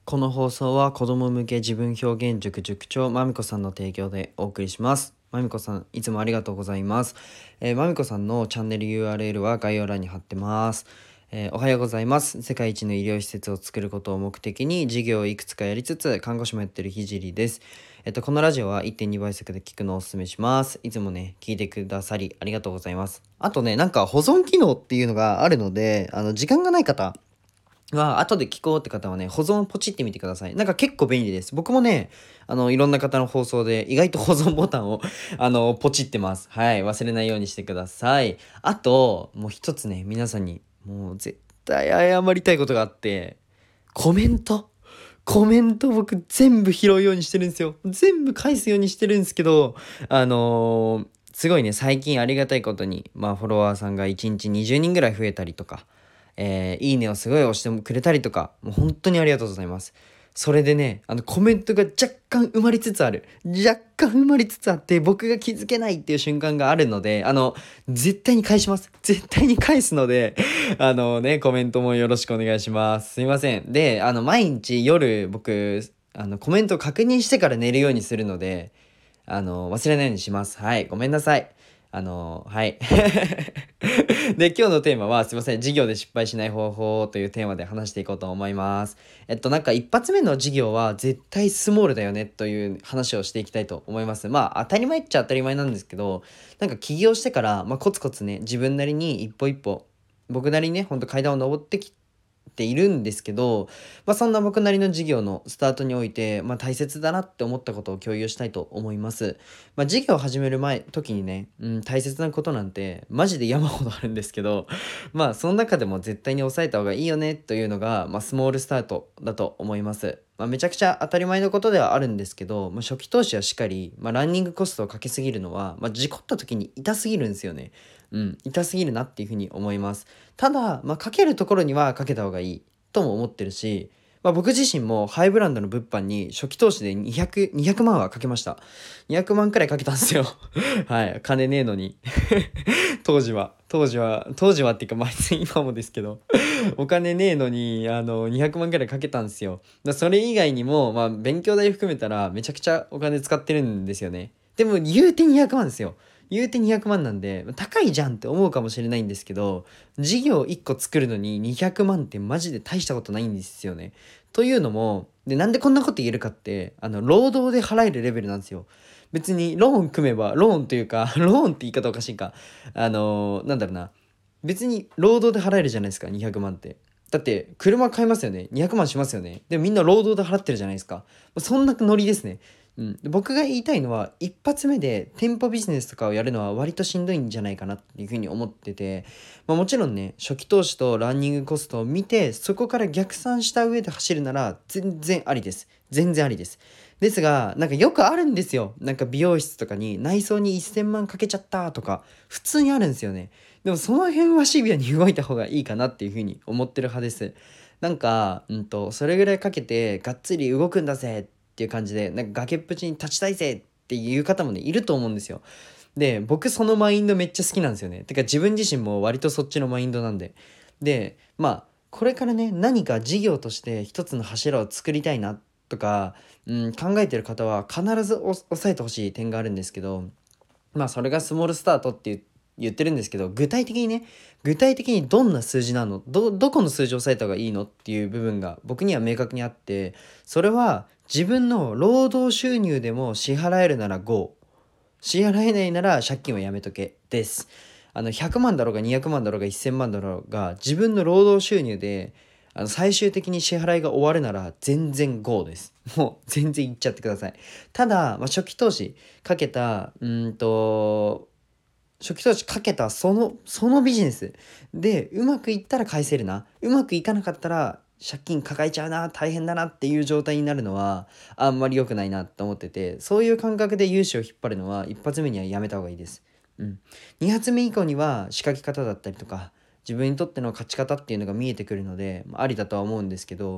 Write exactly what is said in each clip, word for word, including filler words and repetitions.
この放送は子供向け自分表現塾塾長まみこさんの提供でお送りします。まみこさんいつもありがとうございます。えー、まみこさんのチャンネル ユーアールエル は概要欄に貼ってます。えーおはようございます。世界一の医療施設を作ることを目的に事業をいくつかやりつつ看護師もやってるひじりです。えっとこのラジオは いってんに 倍速で聞くのをおすすめします。いつもね聞いてくださりありがとうございます。あとねなんか保存機能っていうのがあるので、あの時間がない方は後で聞こうって方はね、保存ポチってみてください。なんか結構便利です。僕もね、あの、いろんな方の放送で意外と保存ボタンをあの、ポチってます。はい。忘れないようにしてください。あと、もう一つね、皆さんに、もう絶対謝りたいことがあって、コメント。コメント僕全部拾うようにしてるんですよ。全部返すようにしてるんですけど、あのーすごいね、最近ありがたいことに、まあフォロワーさんがいちにちにじゅうにんぐらい増えたりとか、えーいいねをすごい押してくれたりとか、もう本当にありがとうございます。それでね、あのコメントが若干埋まりつつある。若干埋まりつつあって、僕が気づけないっていう瞬間があるので、あの、絶対に返します。絶対に返すので、あのね、コメントもよろしくお願いします。すいません。で、あの、毎日夜僕、あの、コメントを確認してから寝るようにするので、あの、忘れないようにします。はい。ごめんなさい。あの、はい。で、今日のテーマは、すいません。事業で失敗しない方法というテーマで話していこうと思います。えっと、なんか一発目の事業は絶対スモールだよねという話をしていきたいと思います。まあ、当たり前っちゃ当たり前なんですけど、なんか起業してから、まあ、コツコツね、自分なりに一歩一歩、僕なりにね、ほんと階段を登ってきているんですけど、まあ、そんな僕なりの事業のスタートにおいて、まあ、大切だなって思ったことを共有したいと思います。まあ、事業を始める前時にね、うん、大切なことなんてマジで山ほどあるんですけど、まあその中でも絶対に抑えた方がいいよねというのが、まあ、スモールスタートだと思います。まあ、めちゃくちゃ当たり前のことではあるんですけど、まあ、初期投資はしっかり、まあ、ランニングコストをかけすぎるのは、まあ、事故った時に痛すぎるんですよね。うん、痛すぎるなっていうふうに思います。ただ、まあ、かけるところにはかけた方がいいとも思ってるし、まあ、僕自身もハイブランドの物販に初期投資でにひゃく、にひゃくまんはかけました。にひゃくまんくらいかけたんですよ。はい。金ねえのに。当時は。当時は、当時はっていうか、まあ、今もですけど、お金ねえのに、あの、にひゃくまんくらいかけたんですよ。だそれ以外にも、まあ、勉強代含めたら、めちゃくちゃお金使ってるんですよね。でも、言うてにひゃくまんですよ。言うてにひゃくまんなんで、高いじゃんって思うかもしれないんですけど、事業いっこ作るのににひゃくまんってマジで大したことないんですよね。というのも、で、なんでこんなこと言えるかって、あの、労働で払えるレベルなんですよ。別にローン組めば、ローンというか、ローンって言い方おかしいか。あのーなんだろうな。別に労働で払えるじゃないですか、にひゃくまんって。だって、車買いますよね。にひゃくまんしますよね。でもみんな労働で払ってるじゃないですか。そんなノリですね。うん、で僕が言いたいのは一発目で店舗ビジネスとかをやるのは割としんどいんじゃないかなっていうふうに思ってて、まあ、もちろんね初期投資とランニングコストを見てそこから逆算した上で走るなら全然ありです。全然ありです。ですがなんかよくあるんですよ。なんか美容室とかに内装にせんまんかけちゃったとか普通にあるんですよね。でもその辺はシビアに動いた方がいいかなっていうふうに思ってる派です。なんか、うんと、それぐらいかけてがっつり動くんだぜっていう感じで、なんか崖っぷちに立ちたいぜっていう方もね、いると思うんですよ。で、僕そのマインドめっちゃ好きなんですよね。てか自分自身も割とそっちのマインドなんで。で、まあ、これからね、何か事業として一つの柱を作りたいなとか、うん、考えてる方は必ず押さえてほしい点があるんですけど、まあそれがスモールスタートって言言ってるんですけど、具体的にね、具体的にどんな数字なの、ど、どこの数字を抑えた方がいいのっていう部分が僕には明確にあって、それは自分の労働収入でも支払えるならご、支払えないなら借金はやめとけです。あのひゃくまんだろうがにひゃくまんだろうがせんまんだろうが自分の労働収入であの最終的に支払いが終わるなら全然 ゴー です。もう全然いっちゃってください。ただ、まあ、初期投資かけたうーんと初期投資かけたそのそのビジネスでうまくいったら返せるな、うまくいかなかったら借金抱えちゃうな、大変だなっていう状態になるのはあんまり良くないなと思ってて、そういう感覚で融資を引っ張るのは一発目にはやめた方がいいです。うん、に発目以降には仕掛け方だったりとか自分にとっての勝ち方っていうのが見えてくるので、まあ、ありだとは思うんですけど、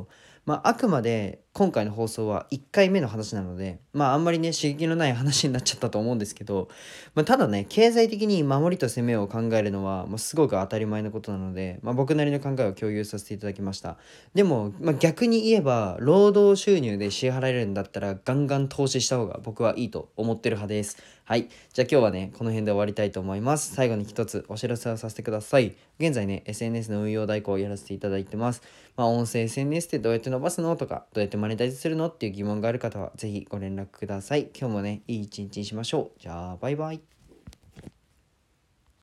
まあ、あくまで今回の放送はいっかいめの話なので、まあ、あんまりね刺激のない話になっちゃったと思うんですけど、まあ、ただね経済的に守りと攻めを考えるのはもうすごく当たり前のことなので、まあ、僕なりの考えを共有させていただきました。でも、まあ、逆に言えば労働収入で支払えるんだったらガンガン投資した方が僕はいいと思ってる派です。はい。じゃあ今日はね、この辺で終わりたいと思います。最後に一つお知らせをさせてください。現在ね、エスエヌエス の運用代行をやらせていただいてます。まあ、音声 エスエヌエス ってどうやって伸ばすのとか、どうやってマネタイズするのっていう疑問がある方は、ぜひご連絡ください。今日もね、いい一日にしましょう。じゃあ、バイバイ。